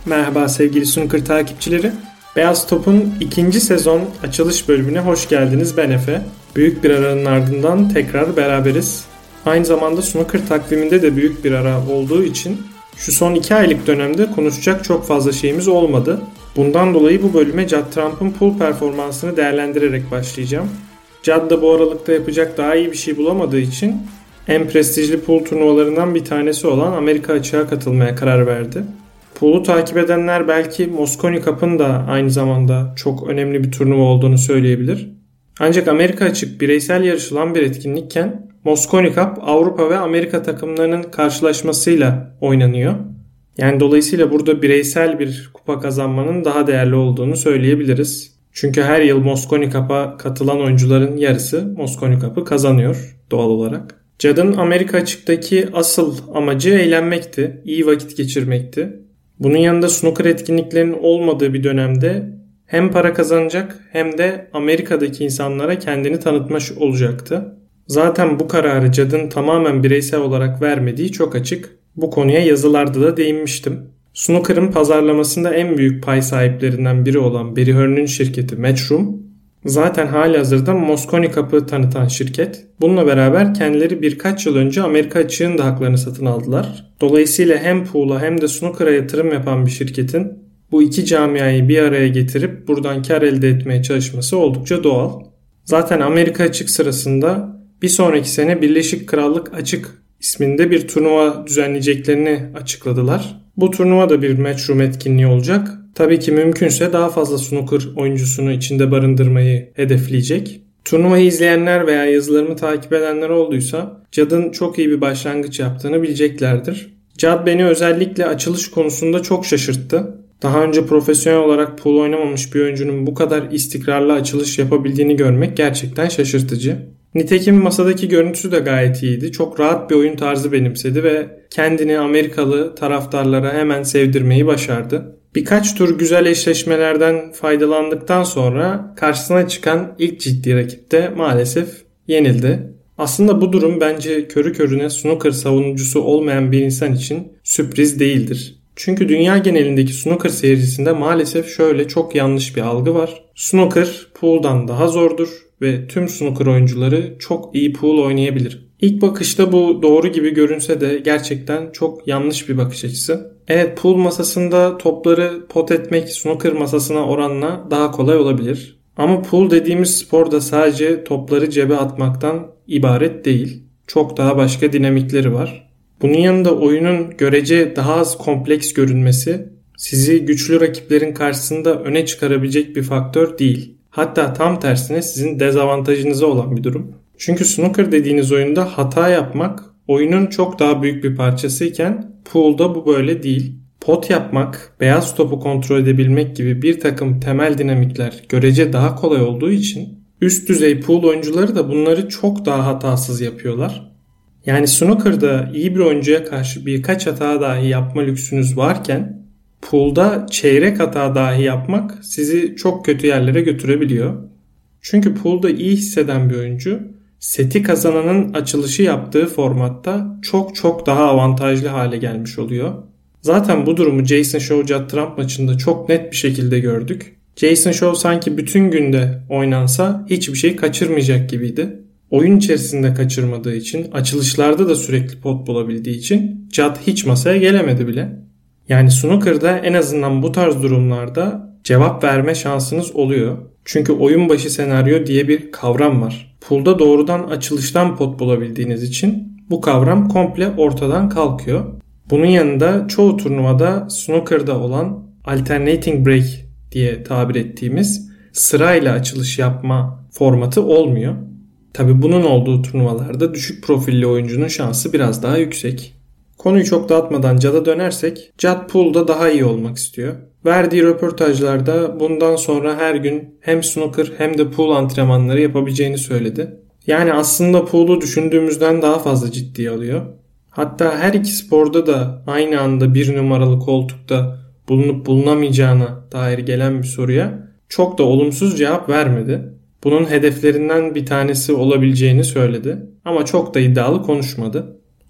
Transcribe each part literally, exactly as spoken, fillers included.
Merhaba sevgili snooker takipçileri. Beyaz Top'un ikinci sezon açılış bölümüne hoş geldiniz. Ben Efe. Büyük bir aranın ardından tekrar beraberiz. Aynı zamanda snooker takviminde de büyük bir ara olduğu için şu son iki aylık dönemde konuşacak çok fazla şeyimiz olmadı. Bundan dolayı bu bölüme Judd Trump'ın pool performansını değerlendirerek başlayacağım. Judd da bu aralıkta yapacak daha iyi bir şey bulamadığı için en prestijli pool turnuvalarından bir tanesi olan Amerika Açık'a katılmaya karar verdi. Pool'u takip edenler belki Mosconi Cup'ın da aynı zamanda çok önemli bir turnuva olduğunu söyleyebilir. Ancak Amerika Açık bireysel yarışılan bir etkinlikken Mosconi Cup Avrupa ve Amerika takımlarının karşılaşmasıyla oynanıyor. Yani dolayısıyla burada bireysel bir kupa kazanmanın daha değerli olduğunu söyleyebiliriz. Çünkü her yıl Mosconi Cup'a katılan oyuncuların yarısı Mosconi Cup'ı kazanıyor doğal olarak. Judd'ın Amerika Açık'taki asıl amacı eğlenmekti, iyi vakit geçirmekti. Bunun yanında snooker etkinliklerinin olmadığı bir dönemde hem para kazanacak hem de Amerika'daki insanlara kendini tanıtmış olacaktı. Zaten bu kararı Judd'ın tamamen bireysel olarak vermediği çok açık. Bu konuya yazılarda da değinmiştim. Snooker'ın pazarlamasında en büyük pay sahiplerinden biri olan Barry Hearn'ün şirketi Matchroom, zaten halihazırda Mosconi Cup'ı tanıtan şirket. Bununla beraber kendileri birkaç yıl önce Amerika Açık'ın da haklarını satın aldılar. Dolayısıyla hem pool'a hem de snooker'a yatırım yapan bir şirketin bu iki camiayı bir araya getirip buradan kar elde etmeye çalışması oldukça doğal. Zaten Amerika Açık sırasında bir sonraki sene Birleşik Krallık Açık isminde bir turnuva düzenleyeceklerini açıkladılar. Bu turnuva da bir Matchroom etkinliği olacak. Tabii ki mümkünse daha fazla snooker oyuncusunu içinde barındırmayı hedefleyecek. Turnuvayı izleyenler veya yazılarımı takip edenler olduysa Judd'ın çok iyi bir başlangıç yaptığını bileceklerdir. Judd beni özellikle açılış konusunda çok şaşırttı. Daha önce profesyonel olarak pool oynamamış bir oyuncunun bu kadar istikrarlı açılış yapabildiğini görmek gerçekten şaşırtıcı. Nitekim masadaki görüntüsü de gayet iyiydi. Çok rahat bir oyun tarzı benimsedi ve kendini Amerikalı taraftarlara hemen sevdirmeyi başardı. Birkaç tur güzel eşleşmelerden faydalandıktan sonra karşısına çıkan ilk ciddi rakipte maalesef yenildi. Aslında bu durum bence körü körüne snooker savunucusu olmayan bir insan için sürpriz değildir. Çünkü dünya genelindeki snooker seyircisinde maalesef şöyle çok yanlış bir algı var. Snooker pool'dan daha zordur ve tüm snooker oyuncuları çok iyi pool oynayabilir. İlk bakışta bu doğru gibi görünse de gerçekten çok yanlış bir bakış açısı. Evet, pool masasında topları pot etmek snooker masasına oranla daha kolay olabilir. Ama pool dediğimiz spor da sadece topları cebe atmaktan ibaret değil. Çok daha başka dinamikleri var. Bunun yanında oyunun görece daha az kompleks görünmesi sizi güçlü rakiplerin karşısında öne çıkarabilecek bir faktör değil. Hatta tam tersine sizin dezavantajınıza olan bir durum. Çünkü snooker dediğiniz oyunda hata yapmak oyunun çok daha büyük bir parçasıyken pool'da bu böyle değil. Pot yapmak, beyaz topu kontrol edebilmek gibi bir takım temel dinamikler görece daha kolay olduğu için üst düzey pool oyuncuları da bunları çok daha hatasız yapıyorlar. Yani snooker'da iyi bir oyuncuya karşı birkaç hata dahi yapma lüksünüz varken pool'da çeyrek hata dahi yapmak sizi çok kötü yerlere götürebiliyor. Çünkü pool'da iyi hisseden bir oyuncu seti kazananın açılışı yaptığı formatta çok çok daha avantajlı hale gelmiş oluyor. Zaten bu durumu Jason Shaw Judd Trump maçında çok net bir şekilde gördük. Jason Shaw sanki bütün günde oynansa hiçbir şey kaçırmayacak gibiydi. Oyun içerisinde kaçırmadığı için, açılışlarda da sürekli pot bulabildiği için Judd hiç masaya gelemedi bile. Yani snooker'da en azından bu tarz durumlarda cevap verme şansınız oluyor. Çünkü oyun başı senaryo diye bir kavram var. Pool'da doğrudan açılıştan pot bulabildiğiniz için bu kavram komple ortadan kalkıyor. Bunun yanında çoğu turnuvada snooker'da olan alternating break diye tabir ettiğimiz sırayla açılış yapma formatı olmuyor. Tabi bunun olduğu turnuvalarda düşük profilli oyuncunun şansı biraz daha yüksek. Konuyu çok dağıtmadan Judd'a dönersek, Judd pool'da daha iyi olmak istiyor. Verdiği röportajlarda bundan sonra her gün hem snooker hem de pool antrenmanları yapabileceğini söyledi. Yani aslında pool'u düşündüğümüzden daha fazla ciddiye alıyor. Hatta her iki sporda da aynı anda bir numaralı koltukta bulunup bulunamayacağına dair gelen bir soruya çok da olumsuz cevap vermedi. Bunun hedeflerinden bir tanesi olabileceğini söyledi ama çok da iddialı konuşmadı.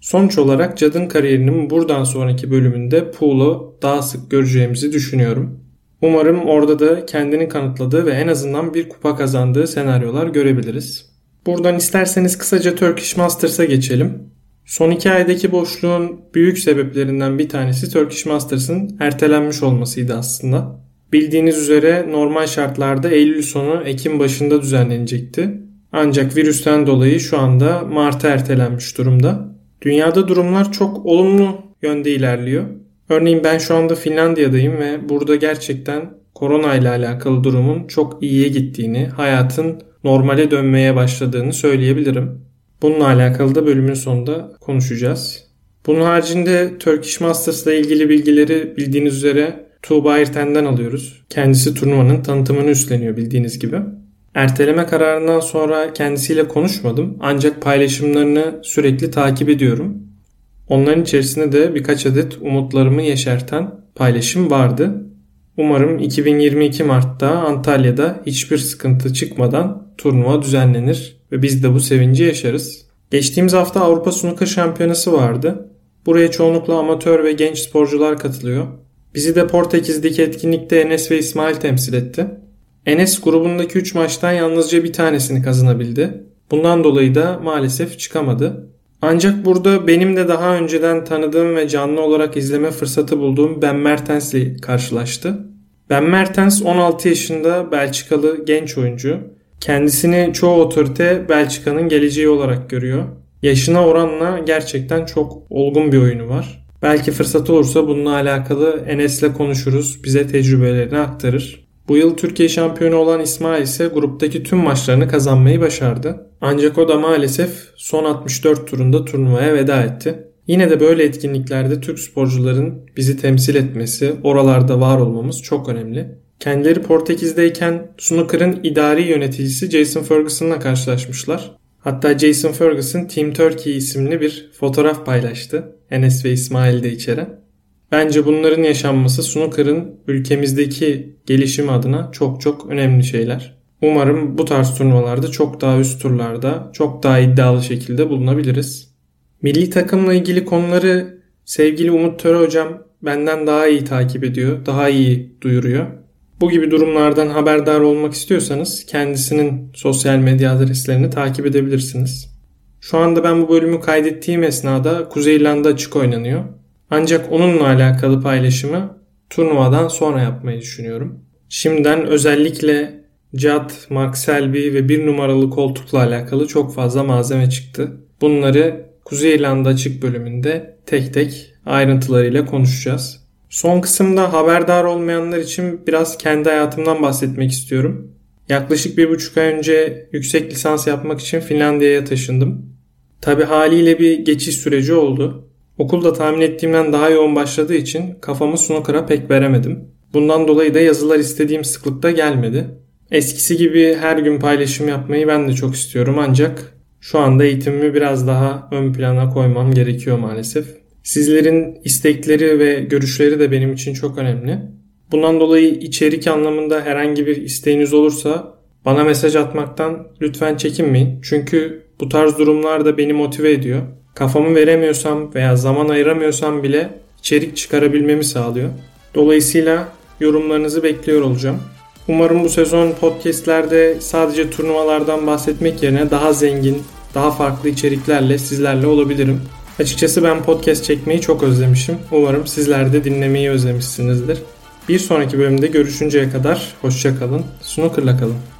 Sonuç olarak Judd'ın kariyerinin buradan sonraki bölümünde Poole'u daha sık göreceğimizi düşünüyorum. Umarım orada da kendini kanıtladığı ve en azından bir kupa kazandığı senaryolar görebiliriz. Buradan isterseniz kısaca Turkish Masters'a geçelim. Son iki aydaki boşluğun büyük sebeplerinden bir tanesi Turkish Masters'ın ertelenmiş olmasıydı aslında. Bildiğiniz üzere normal şartlarda Eylül sonu Ekim başında düzenlenecekti. Ancak virüsten dolayı şu anda Mart'a ertelenmiş durumda. Dünyada durumlar çok olumlu yönde ilerliyor. Örneğin ben şu anda Finlandiya'dayım ve burada gerçekten korona ile alakalı durumun çok iyiye gittiğini, hayatın normale dönmeye başladığını söyleyebilirim. Bununla alakalı da bölümün sonunda konuşacağız. Bunun haricinde Turkish Masters ile ilgili bilgileri bildiğiniz üzere Tuğba Erten'den alıyoruz. Kendisi turnuvanın tanıtımını üstleniyor bildiğiniz gibi. Erteleme kararından sonra kendisiyle konuşmadım ancak paylaşımlarını sürekli takip ediyorum. Onların içerisinde de birkaç adet umutlarımı yeşerten paylaşım vardı. Umarım iki bin yirmi iki Mart'ta Antalya'da hiçbir sıkıntı çıkmadan turnuva düzenlenir ve biz de bu sevinci yaşarız. Geçtiğimiz hafta Avrupa Snooker Şampiyonası vardı. Buraya çoğunlukla amatör ve genç sporcular katılıyor. Bizi de Portekiz'deki etkinlikte Enes ve İsmail temsil etti. Enes grubundaki üç maçtan yalnızca bir tanesini kazanabildi. Bundan dolayı da maalesef çıkamadı. Ancak burada benim de daha önceden tanıdığım ve canlı olarak izleme fırsatı bulduğum Ben Mertens ile karşılaştı. Ben Mertens on altı yaşında Belçikalı genç oyuncu. Kendisini çoğu otorite Belçika'nın geleceği olarak görüyor. Yaşına oranla gerçekten çok olgun bir oyunu var. Belki fırsat olursa bununla alakalı Enes'le konuşuruz, bize tecrübelerini aktarır. Bu yıl Türkiye şampiyonu olan İsmail ise gruptaki tüm maçlarını kazanmayı başardı. Ancak o da maalesef son altmış dört turunda turnuvaya veda etti. Yine de böyle etkinliklerde Türk sporcuların bizi temsil etmesi, oralarda var olmamız çok önemli. Kendileri Portekiz'deyken snooker'ın idari yöneticisi Jason Ferguson'la karşılaşmışlar. Hatta Jason Ferguson Team Turkey isimli bir fotoğraf paylaştı. Enes ve İsmail de içeri. Bence bunların yaşanması snooker'ın ülkemizdeki gelişimi adına çok çok önemli şeyler. Umarım bu tarz turnuvalarda çok daha üst turlarda, çok daha iddialı şekilde bulunabiliriz. Milli takımla ilgili konuları sevgili Umut Töre hocam benden daha iyi takip ediyor, daha iyi duyuruyor. Bu gibi durumlardan haberdar olmak istiyorsanız kendisinin sosyal medya adreslerini takip edebilirsiniz. Şu anda ben bu bölümü kaydettiğim esnada Kuzey İrlanda açık oynanıyor. Ancak onunla alakalı paylaşımı turnuvadan sonra yapmayı düşünüyorum. Şimdiden özellikle Judd, Mark Selby ve bir numaralı koltukla alakalı çok fazla malzeme çıktı. Bunları Kuzey İrlanda açık bölümünde tek tek ayrıntılarıyla konuşacağız. Son kısımda haberdar olmayanlar için biraz kendi hayatımdan bahsetmek istiyorum. Yaklaşık bir buçuk ay önce yüksek lisans yapmak için Finlandiya'ya taşındım. Tabi haliyle bir geçiş süreci oldu. Okulda tahmin ettiğimden daha yoğun başladığı için kafamı snooker'a pek veremedim. Bundan dolayı da yazılar istediğim sıklıkta gelmedi. Eskisi gibi her gün paylaşım yapmayı ben de çok istiyorum ancak şu anda eğitimimi biraz daha ön plana koymam gerekiyor maalesef. Sizlerin istekleri ve görüşleri de benim için çok önemli. Bundan dolayı içerik anlamında herhangi bir isteğiniz olursa bana mesaj atmaktan lütfen çekinmeyin. Çünkü bu tarz durumlar da beni motive ediyor. Kafamı veremiyorsam veya zaman ayıramıyorsam bile içerik çıkarabilmemi sağlıyor. Dolayısıyla yorumlarınızı bekliyor olacağım. Umarım bu sezon podcastlerde sadece turnuvalardan bahsetmek yerine daha zengin, daha farklı içeriklerle sizlerle olabilirim. Açıkçası ben podcast çekmeyi çok özlemişim. Umarım sizler de dinlemeyi özlemişsinizdir. Bir sonraki bölümde görüşünceye kadar hoşça kalın, snooker'la kalın.